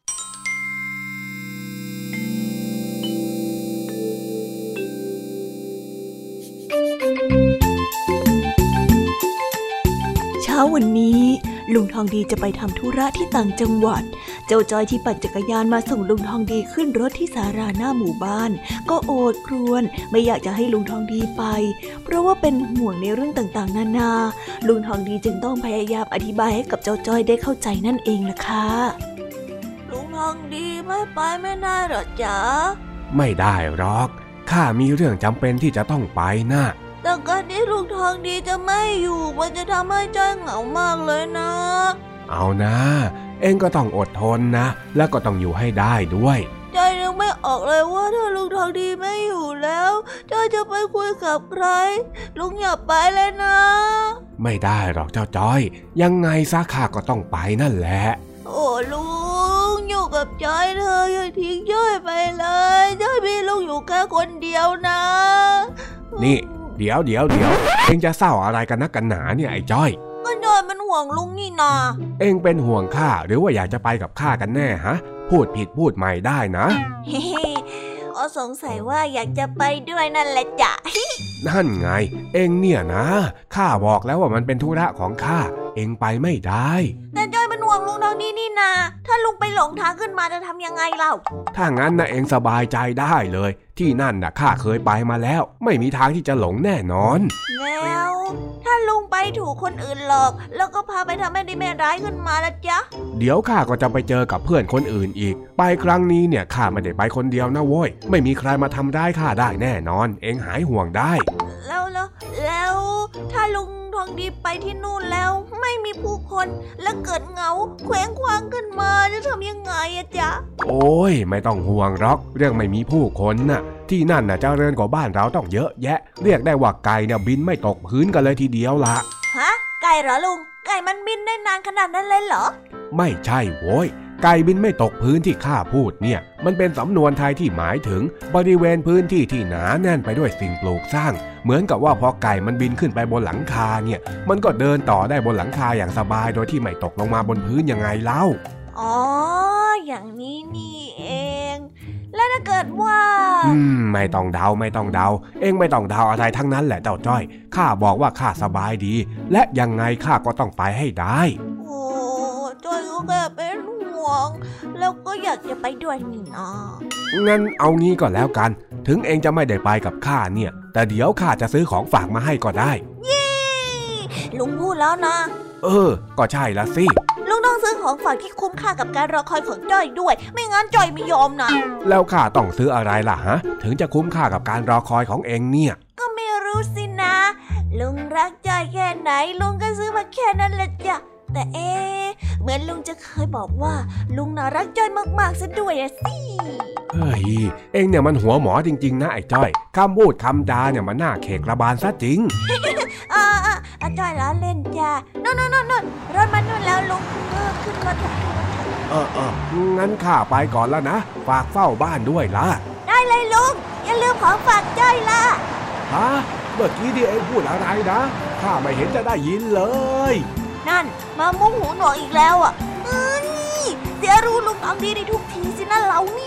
เช้าวันนี้ลุงทองดีจะไปทำธุระที่ต่างจังหวัดเจ้าจ้อยที่ปั่นจักรยานมาส่งลุงทองดีขึ้นรถที่ศาลาหน้าหมู่บ้านก็โอดครวญไม่อยากจะให้ลุงทองดีไปเพราะว่าเป็นห่วงในเรื่องต่างๆนานาลุงทองดีจึงต้องพยายามอธิบายให้กับเจ้าจ้อยได้เข้าใจนั่นเองล่ะค่ะลุงทองดีไม่ไปไม่ได้หรอจ๊ะไม่ได้หรอกข้ามีเรื่องจำเป็นที่จะต้องไปนะแต่การที่ลุงทองดีจะไม่อยู่มันจะทำให้จ้อยเหงามากเลยนะเอานะเองก็ต้องอดทนนะแล้วก็ต้องอยู่ให้ได้ด้วยจ้อยนึกไม่ออกเลยว่าถ้าลุงทองดีไม่อยู่แล้วจ้อยจะไปคุยกับใครลุงอย่าไปเลยนะไม่ได้หรอกเจ้าจ้อยยังไงซะข้าก็ต้องไปนั่นแหละโอ้ลุงอยู่กับจ้อยเธออย่าทิ้งจ้อยไปเลยจ้อยมีลุงอยู่แค่คนเดียวนะนี่เดี๋ยวเองจะเศร้าอะไรกันนักกันหนาเนี่ยไอ้จ้อยก็จ้อยมันห่วงลุงนี่นาเองเป็นห่วงข้าหรือว่าอยากจะไปกับข้ากันแน่ฮะพูดผิดพูดใหม่ได้นะก็สงสัยว่าอยากจะไปด้วยนั่นแหละจ้ะนั่นไงเองเนี่ยนะข้าบอกแล้วว่ามันเป็นธุระของข้าเองไปไม่ได้แต่จ้อยมันห่วงลุงทองดีนี่นาถ้าลุงไปหลงทางขึ้นมาจะทำยังไงเล่าถ้างั้นนะเองสบายใจได้เลยที่นั่นน่ะข้าเคยไปมาแล้วไม่มีทางที่จะหลงแน่นอนแล้วถ้าลุงไปถูกคนอื่นหลอกแล้วก็พาไปทำให้ดีไม่ร้ายขึ้นมาละจ๊ะเดี๋ยวข้าก็จะไปเจอกับเพื่อนคนอื่นอีกไปครั้งนี้เนี่ยข้าไม่ได้ไปคนเดียวนะโว้ยไม่มีใครมาทำร้ายข้าได้แน่นอนเองหายห่วงได้แล้วถ้าลุงทองดีไปที่นู่นแล้วไม่มีผู้คนและเกิดเหงาเคว้งคว้างขึ้นมาจะทำยังไงอะจ๊ะโอ้ยไม่ต้องห่วงหรอกเรื่องไม่มีผู้คนน่ะที่นั่นน่ะเจริญกว่าบ้านเราต้องเยอะแยะเรียกได้ว่าไก่เนี่ยบินไม่ตกพื้นกันเลยทีเดียวละฮะไก่เหรอลุงไก่มันบินได้นานขนาดนั้นเลยเหรอไม่ใช่โว้ยไก่บินไม่ตกพื้นที่ข้าพูดเนี่ยมันเป็นสำนวนไทยที่หมายถึงบริเวณพื้นที่ที่หนาแน่นไปด้วยสิ่งปลูกสร้างเหมือนกับว่าพอไก่มันบินขึ้นไปบนหลังคาเนี่ยมันก็เดินต่อได้บนหลังคาอย่างสบายโดยที่ไม่ตกลงมาบนพื้นยังไงเล่าอ๋ออย่างนี้นี่เองแล้วถ้าเกิดว่าไม่ต้องเดาเองไม่ต้องเดาอะไรทั้งนั้นแหละเจ้าจ้อยข้าบอกว่าข้าสบายดีและยังไงข้าก็ต้องไปให้ได้โอ้จ้อยก็แค่เป็นห่วงแล้วก็อยากจะไปด้วยนี่นะงั้นเอางี้ก็แล้วกันถึงเองจะไม่ได้ไปกับข้าเนี่ยแต่เดี๋ยวข้าจะซื้อของฝากมาให้ก็ได้เย้ลุงพูดแล้วนะก็ใช่ละสิลุงต้องซื้อของฝากที่คุ้มค่ากับการรอคอยของจ้อยด้วยไม่งั้นจ้อยไม่ยอมนะแล้วข้าต้องซื้ออะไรล่ะฮะถึงจะคุ้มค่ากับการรอคอยของเองเนี่ยก็ไม่รู้สินะลุงรักจ้อยแค่ไหนลุงก็ซื้อมาแค่นั้นแหละจ้ะแต่เหมือนลุงจะเคยบอกว่าลุงน่ารักจ้อยมากๆซะด้วยอะสิเฮ้ยเองเนี่ยมันหัวหมอจริงๆนะไอ้จ้อยคำพูดคำจาเนี่ยมันน่าเขกระบาลซะจริงจ้อยล้อเล่นจ้ะนู่นรถมันนู่นแล้วลุงขึ้นรถงั้นข้าไปก่อนแล้วนะฝากเฝ้าบ้านด้วยล่ะได้เลยลุงอย่าลืมของฝากจ้อยล่ะฮะเมื่อกี้ที่เองพูดอะไรนะข้าไม่เห็นจะได้ยินเลยนั่นมามุ้งหูหนวกอีกแล้วอ่ะเสียรู้ลุงทองดีในทุกทีสินะเราเนี่ย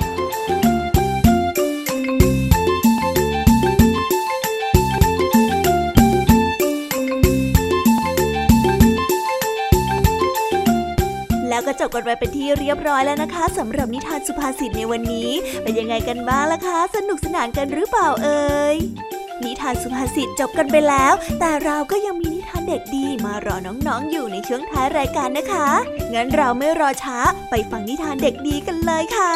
แล้วก็จบกันไปเป็นที่เรียบร้อยแล้วนะคะสำหรับนิทานสุภาษิตในวันนี้เป็นยังไงกันบ้างล่ะคะสนุกสนานกันหรือเปล่าเอ่ยนิทานสุภาษิตจบกันไปแล้วแต่เราก็ยังมีนิทานเด็กดีมารอน้องๆอยู่ในช่วงท้ายรายการนะคะงั้นเราไม่รอช้าไปฟังนิทานเด็กดีกันเลยค่ะ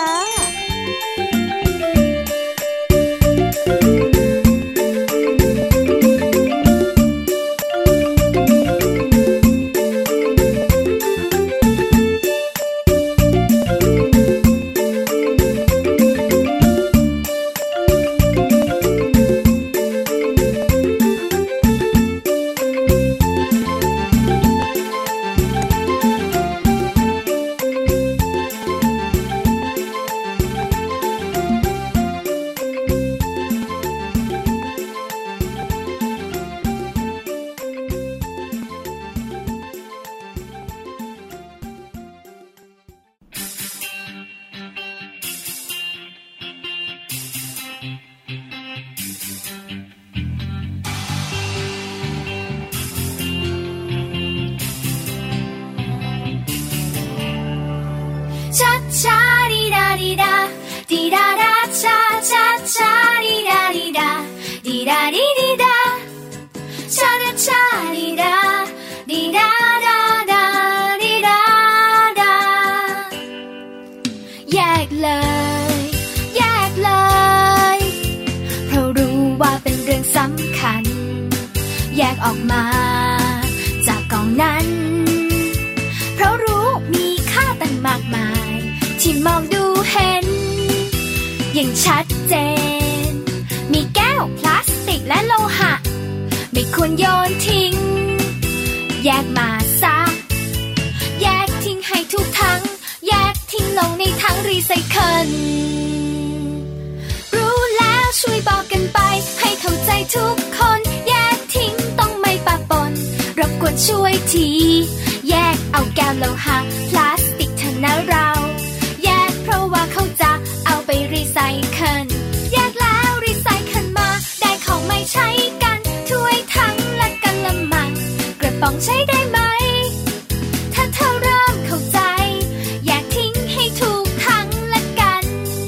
แยกออกมาจากกองนั้นเพราะรู้มีค่าตั้งมากมายที่มองดูเห็นอย่างชัดเจนมีแก้วพลาสติกและโลหะไม่ควรโยนทิ้งแยกมาซะแยกทิ้งให้ทุกถังแยกทิ้งลงในถังรีไซเคิลรู้แล้วช่วยบอกกันไปให้เข้าใจทุกคนแยกทิ้งต้องไม่ปะปนรบกวนช่วยทีแยกเอาแก้วโลหะพลาสติกเถอะนะเราแยกเพราะว่าเขาจะเอาไปรีไซเคิลแยกแล้วรีไซเคิลมาได้ของไม่ใช้กันถ้วยทั้งและกะละมังกระป๋องใช้ได้ไหมถ้าเธอเริ่มเข้าใจแยกทิ้งให้ถูกทั้งและกัน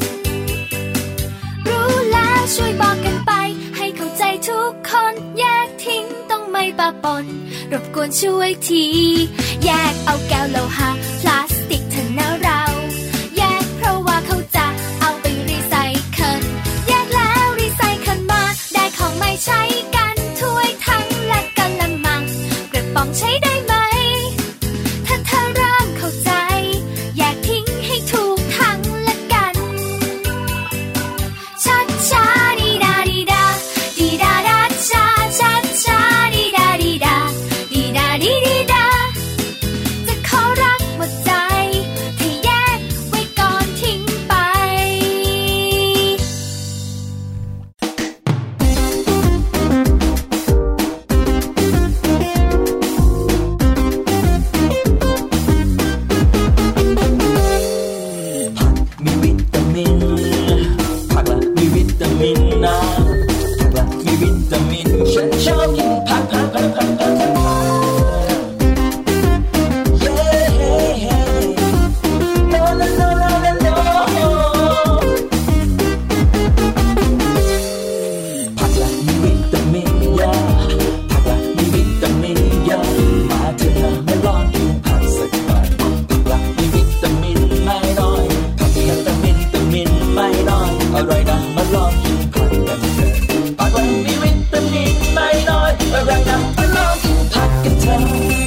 รู้แล้วช่วยบอกกันไปให้เข้าใจทุกคนแยกทิ้งต้องไม่ปะปนรบกวนช่วยทีแยกเอาแก้วโลหะพลาสติกเถอะนะเราแยกเพราะว่าเขาจะเอาไปรีไซเคิลแยกแล้วรีไซเคิลมาได้ของไม่ใช้กันถ้วยทั้งและกะละมังกระป๋องใช้ได้ไหมถ้าเธอเริ่มเข้าใจแยกทิ้งให้ถูกทั้งและกันชัดช้าดีดาดีดาดีดาดาชาชัดช้าดีดาดีดาดีดาดีดีดาจะขอรักหมดใจที่แยกไว้ก่อนทิ้งไปมีวิตามินผักละมีวิตามินนะผักละมีวิตามินฉันชอบกินผักเย้โนโนโนโนโนผักละมีวิตามินเยอะผักละมีวิตามินเยอะมาเถอะนะมาลองกินผักสักหน่อยผักละมีวิตามินไม่น้อยผักละวิตามินไม่น้อยอร่อยนะมาลองกินผักกันเถอะผักละมีวิตามินไม่น้อยอร่อยนะมาลองกินผักกันเถอะ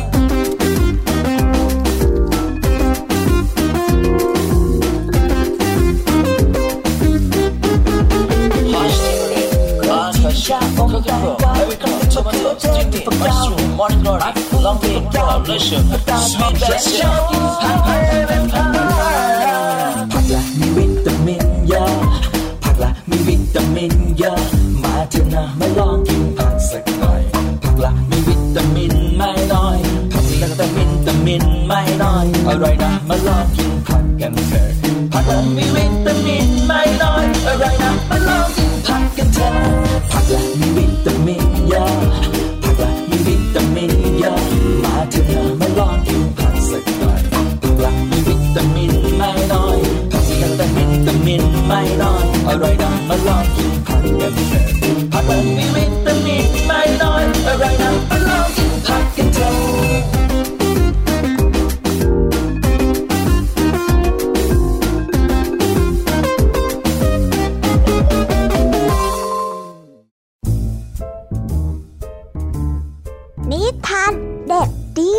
ผักละมีวิตามินเยอะผักละมีวิตามินเยอะมาเถอะนะมาลองกินผักสักหน่อยผักละมีวิตามินไม่น้อยผักละแต่วิตามินไม่น้อยอร่อยนะมาลองกินผักกันเถอะผักละมีวิตามินไม่น้อยอร่อยนะมาลองกินผักกันเถอะผักละมีวิตามินเยอะผักละมีวิตามินเยอะมาเถอะนะมาลองกินผักสักหน่อยผักละมีวิตามินไม่น้อยผักละแต่วิตามินไม่น้อยอร่อยนะมาลองกินผักกันเถอะผักละมีวินิทานเด็กดี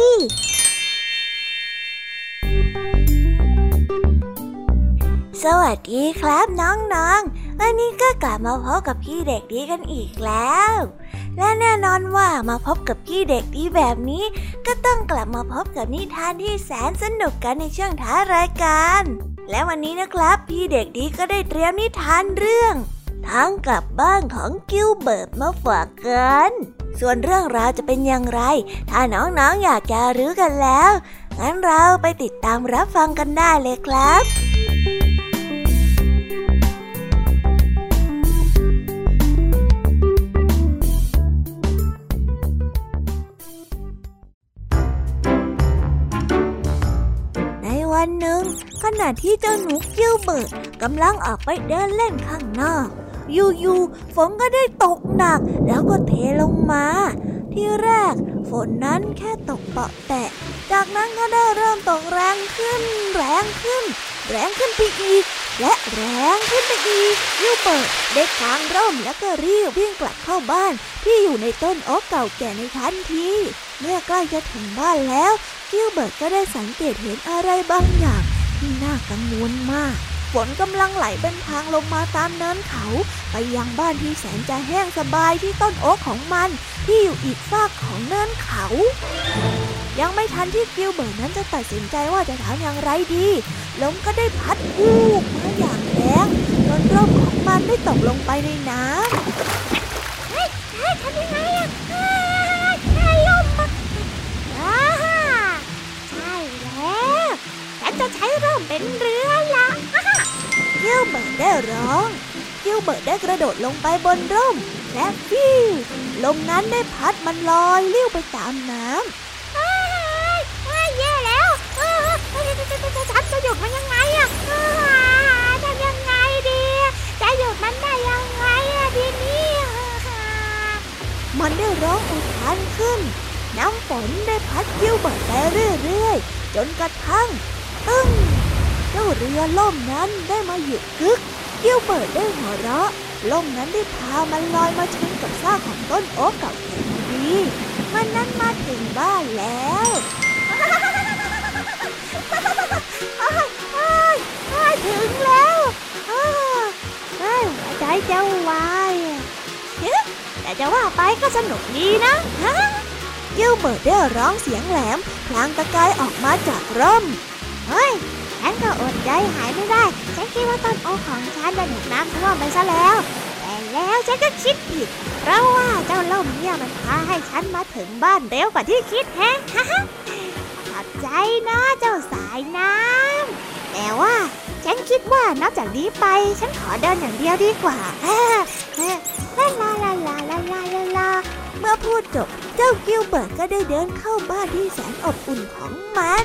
สวัสดีครับน้องๆวันนี้ก็กลับมาพบกับพี่เด็กดีกันอีกแล้วและแน่นอนว่ามาพบกับพี่เด็กดีแบบนี้ก็ต้องกลับมาพบกับนิทานที่แสนสนุกกันในช่วงท้ายรายการและวันนี้นะครับพี่เด็กดีก็ได้เตรียมนิทานเรื่องทางกลับบ้านของกิลเบิร์ตมาฝากกันส่วนเรื่องราวจะเป็นอย่างไรถ้าน้องๆอยากจะรู้กันแล้วงั้นเราไปติดตามรับฟังกันได้เลยครับวันหนึ่งขณะที่เจ้าหนูกิลเบิร์ตกำลังออกไปเดินเล่นข้างนอกอยู่ๆฝนก็ได้ตกหนักแล้วก็เทลงมาที่แรกฝนนั้นแค่ตกเปาะแตะจากนั้นก็ได้เริ่มตกแรงขึ้นไปอีกและแรงขึ้นไปอีกกิลเบิร์ตได้กางร่มแล้วก็รีบวิ่งกลับเข้าบ้านที่อยู่ในต้นโอ๊กเก่าแก่ในทันทีเมื่อใกล้จะถึงบ้านแล้วกิลเบิร์ตก็ได้สังเกตเห็นอะไรบางอย่างที่น่ากังวลมากฝนกำลังไหลเป็นทางลงมาตามเนินเขาไปยังบ้านที่แสนจะแห้งสบายที่ต้นโอ๊กของมันที่อยู่อีกฝากของเนินเขายังไม่ทันที่กิลเบิร์ตนั้นจะตัดสินใจว่าจะทำอย่างไรดีลมก็ได้พัดวูบมาอย่างแรงจนร่มของมันได้ตกลงไปในน้ำเฮ้ยทำยังไงอะล่มใช่แล้วฉันจะใช้ร่มเป็นเรือละกิลเบิร์ตได้ร้องกิลเบิร์ตได้กระโดดลงไปบนร่มและฟิวลมนั้นได้พัดมันลอยลิ้วไปตามน้ำแย่แล้วฉันจะหยุดมันยังไงอะทำยังไงดีจะหยุดมันได้ยังไงอะทีนี้มันได้ร้องอุทานขึ้นน้ำฝนได้พัดกิลเบิร์ตไปเรื่อยๆจนกระทั่งเจ้าเรือล่มนั้นได้มาหยุดกึกกิลเบิร์ตได้หัวเราะล่มนั้นได้พามันลอยมาชนกับซากของต้นโอ๊กเก่าแก่ดีมันนั้นมาถึงบ้านแล้วถึงแล้วหัวใจเจ้าวายแต่จะว่าไปก็สนุกดีนะกิลเบิร์ตได้ร้องเสียงแหลมพลางตะกายออกมาจากร่มฉันก็อดใจหายไม่ได้ฉันคิดว่าต้นโอ๊กของฉันจะถูกน้ำท่วมไปซะแล้วแต่แล้วฉันก็คิดผิดเพราะว่าเจ้าล่มเนี่ยมันพาให้ฉันมาถึงบ้านเร็วกว่าที่คิดแฮะขอบใจนะเจ้าสายน้ำแต่ว่าฉันคิดว่านับจากนี้ไปฉันขอเดินอย่างเดียวดีกว่าลาเมื่อพูดจบเจ้ากิลเบิร์ตก็ได้เดินเข้าบ้านที่แสนอบอุ่นของมัน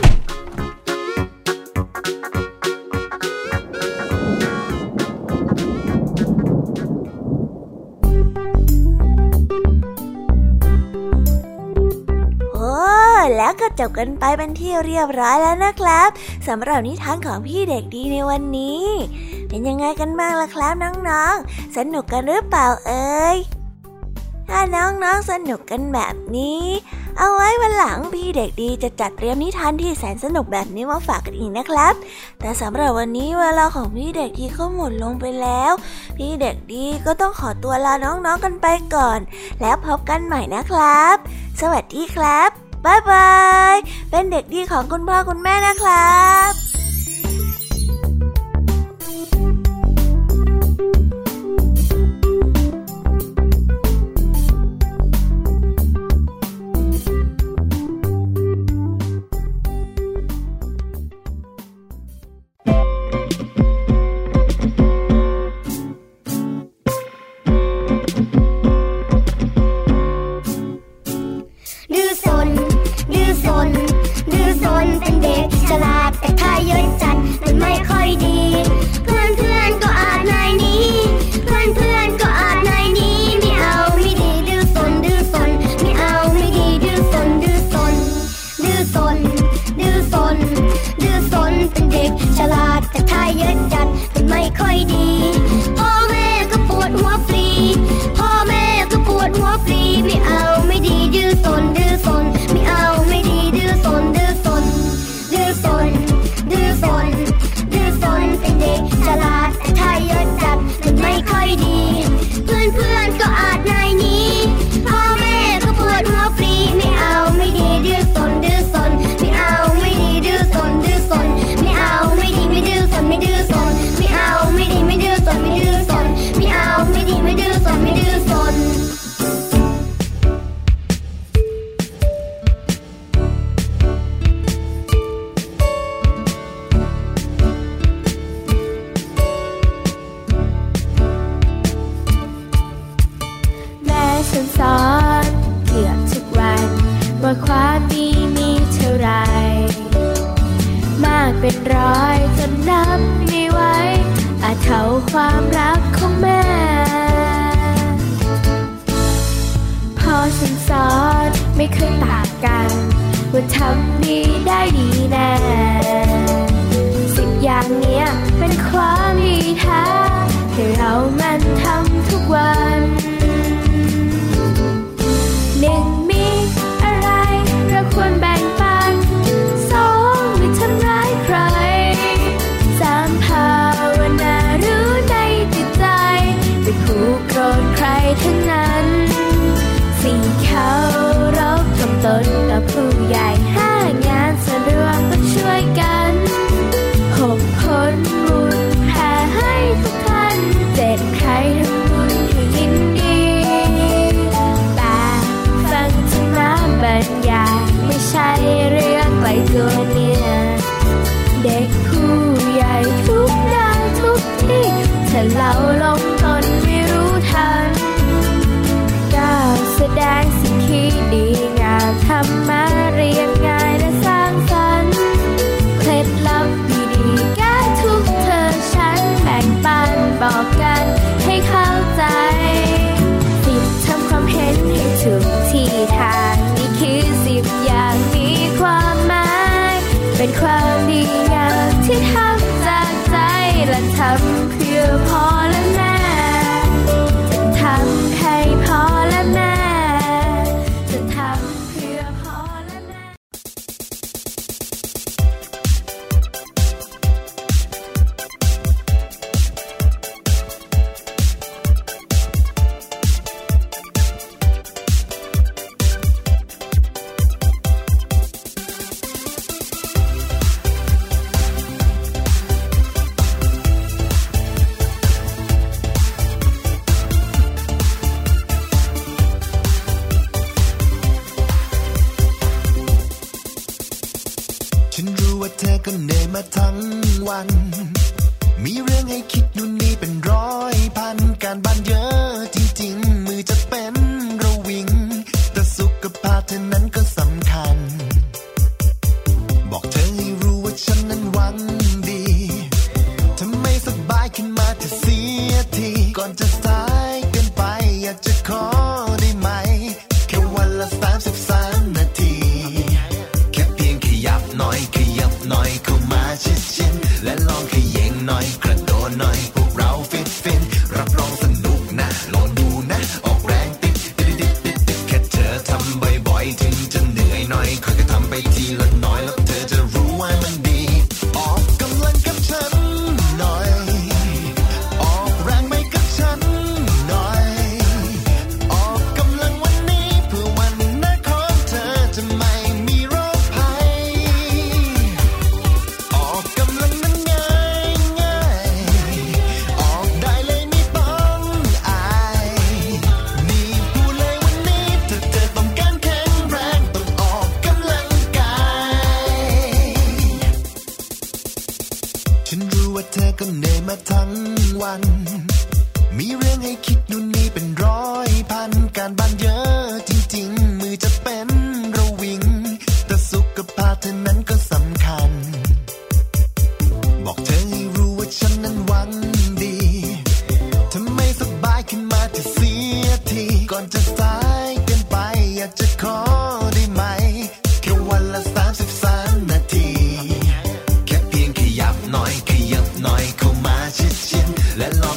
แล้วก็จบกันไปเป็นที่เรียบร้อยแล้วนะครับสำหรับนิทานของพี่เด็กดีในวันนี้เป็นยังไงกันบ้างล่ะครับน้องๆสนุกกันหรือเปล่าเอ่ยถ้าน้องๆสนุกกันแบบนี้เอาไว้วันหลังพี่เด็กดีจะจัดเตรียมนิทานที่แสนสนุกแบบนี้มาฝากกันอีกนะครับแต่สำหรับวันนี้เวลาของพี่เด็กดีก็หมดลงไปแล้วพี่เด็กดีก็ต้องขอตัวลาน้องๆกันไปก่อนแล้วพบกันใหม่นะครับสวัสดีครับบ๊ายบายเป็นเด็กดีของคุณพ่อคุณแม่นะครับพ่อแม่ก็ปวดหัวฟรีไม่เอาไม่ดีดื้อซนว่าความดีมีเท่าไรมากเป็นร้อยจนนับไม่ไหวอาจเท่าความรักของแม่พ่อฉันสอนไม่เคยต่างกันว่าทำดีได้ดีแน่10อย่างเนี้ยเป็นความดีแท้ให้เรามันทำทุกวัน1มีอะไรเราควรแบ่งปัน2ไม่ทำร้ายใคร3ภาวนารู้ในจิตใจไม่ผูกโกรธใครทั้งนั้น4เคารพถ่อมตนกับผู้ใหญ่5งานส่วนรวมต้องช่วยกัน6ผลบุญแผ่ให้ทุกท่าน7ใครทำบุญให้ยินดี8ฟังธรรมะบรรยายไม่ใช่เรื่องไกลตัวเนี่ยเด็กผู้ใหญ่ทุกด้านทุกที่ถ้าเราลงตนไม่รู้ทันก้าวแสดงสิ่งที่ดีงามธรรมะเรียบง่ายและสร้างสรรค์เคล็ดลับดีๆแก้ทุกเธอฉันแบ่งปันบอกกันให้เข้าใจ10ทำความเห็นให้ถูกที่ทางนี่คือ10อย่างมีความหมายเป็นความดีงามที่ทำจากใจและทำเพื่อพ่อและแม่จะทำให้พ่อและแม่จะทำเพื่อพ่อและแม่ฉันรู้ว่าเธอก็เหนื่อยมาทั้งวันมีเรื่องให้คิดนู่นนี่เป็นร้อยพันการบ้านเยอะจริงๆมือจะเป็นระวิงแต่สุขภาพเธอนั้นก็สำคัญบอกเธอให้รู้ว่าฉันนั้นหวังดีถ้าไม่สบายขึ้นมาเธอเสียทีก่อนจะสายเกินไปอยากจะขอได้ไหมแค่วันละ33 นาทีแค่เพียงขยับหน่อยเข้ามาชิดๆและลองขยิงหน่อยกระโดดหน่อยพวกเราฟินรับรองสนุกนะลองดูนะออกแรงติดแค่เธอทำบ่อยๆถึงจะเหนื่อยหน่อยค่อยๆทำไปทีละน้อยแล้วเธอจะรู้ว่ามันดีออกกำลังกับฉันหน่อยออกแรงไปกับฉันหน่อยออกกำลังวันนี้เพื่อวันหน้าของเธอจะไม่มีโรคภัยออกกำลังนั้นง่ายออกได้เลยไม่ต้องอายนี่พูดเลยวันนี้ถ้าเธอต้องการแข็งแรงต้องออกกำลังกายฉันรู้ว่าเธอก็เหนื่อยมาทั้งวันมีเรื่องให้คิดนู่นนี่เป็นร้อยพันการบ้านเยอะจริงๆมือจะเป็นระวิงแต่สุขภาพเธอนั้นก็สำคัญบอกเธอให้รู้ว่าฉันนั้นหวังดีถ้าไม่สบายขึ้นมาเธอเสียทีก่อนจะสายเกินไปอยากจะขอได้ไหมแค่วันละ33 นาทีแค่เพียงขยับหน่อยเข้ามาชิดๆและลอง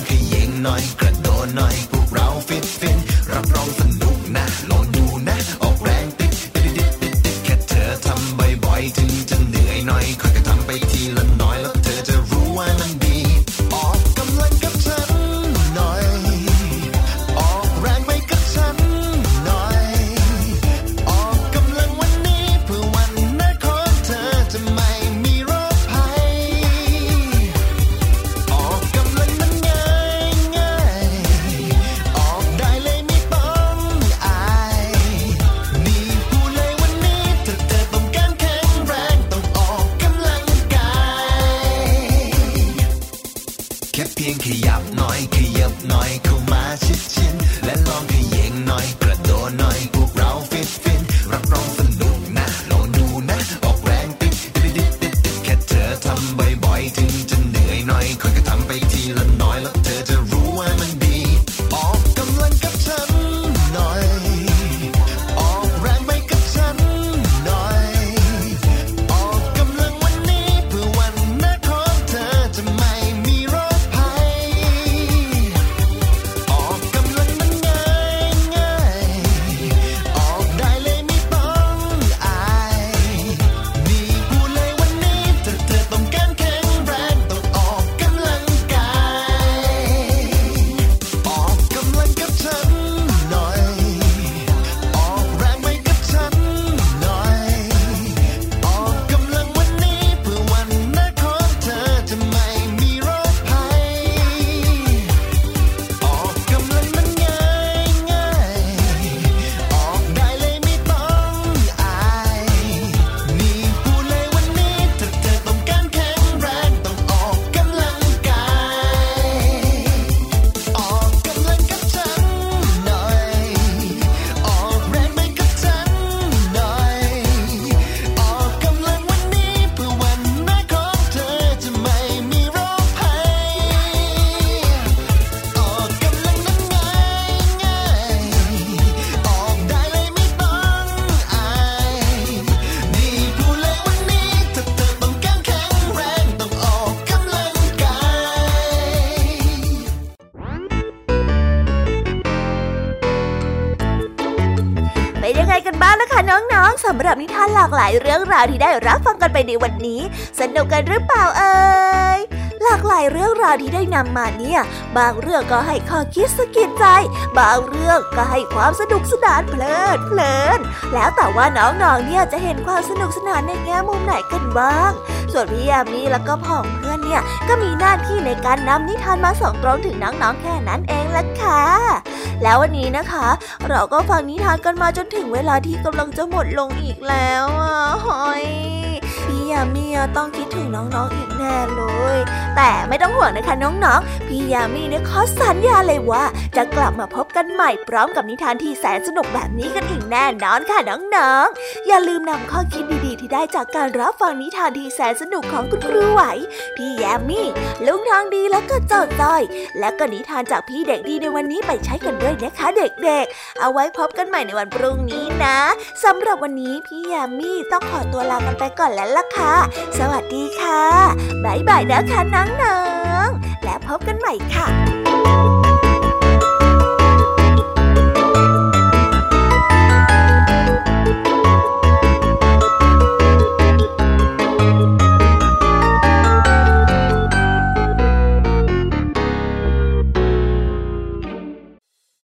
ล่ะค่ะน้องๆสำหรับนิทานหลากหลายเรื่องราวที่ได้รับฟังกันไปในวันนี้สนุกกันหรือเปล่าเอ่ยหลากหลายเรื่องราวที่ได้นำมาเนี่ยบางเรื่องก็ให้ข้อคิดสะกิดใจบางเรื่องก็ให้ความสนุกสนานเพลิดแล้วแต่ว่าน้องๆเนี่ยจะเห็นความสนุกสนานในแง่มุมไหนกันบ้างส่วนพี่ยามีแล้วก็พ่องเพื่อนเนี่ยก็มีหน้าที่ในการนำนิทานมาส่งตรงถึงน้องๆแค่นั้นเองล่ะค่ะแล้ววันนี้นะคะเราก็ฟังนิทานกันมาจนถึงเวลาที่กำลังจะหมดลงอีกแล้วหอยพี่ยามีต้องคิดถึงน้องๆอีกแน่เลยแต่ไม่ต้องห่วงนะคะน้องๆพี่ยามีเนี่ยขอสัญญาเลยว่าจะกลับมาพบกันใหม่พร้อมกับนิทานที่แสนสนุกแบบนี้กันอีกแน่นอนค่ะน้องๆอย่าลืมนำข้อคิดดีๆที่ได้จากการรับฟังนิทานที่แสนสนุกของคุณครูไหวพี่ยามีลุงทองดีแล้วก็เจ้าจ้อยและก็นิทานจากพี่เด็กดีในวันนี้ไปใช้กันด้วยนะคะเด็กๆเอาไว้พบกันใหม่ในวันพรุ่งนี้นะสำหรับวันนี้พี่ยามีต้องขอตัวลากันไปก่อนแล้วล่ะค่ะสวัสดีค่ะบ๊ายบายนะคะน้องๆและพบกันใหม่ค่ะ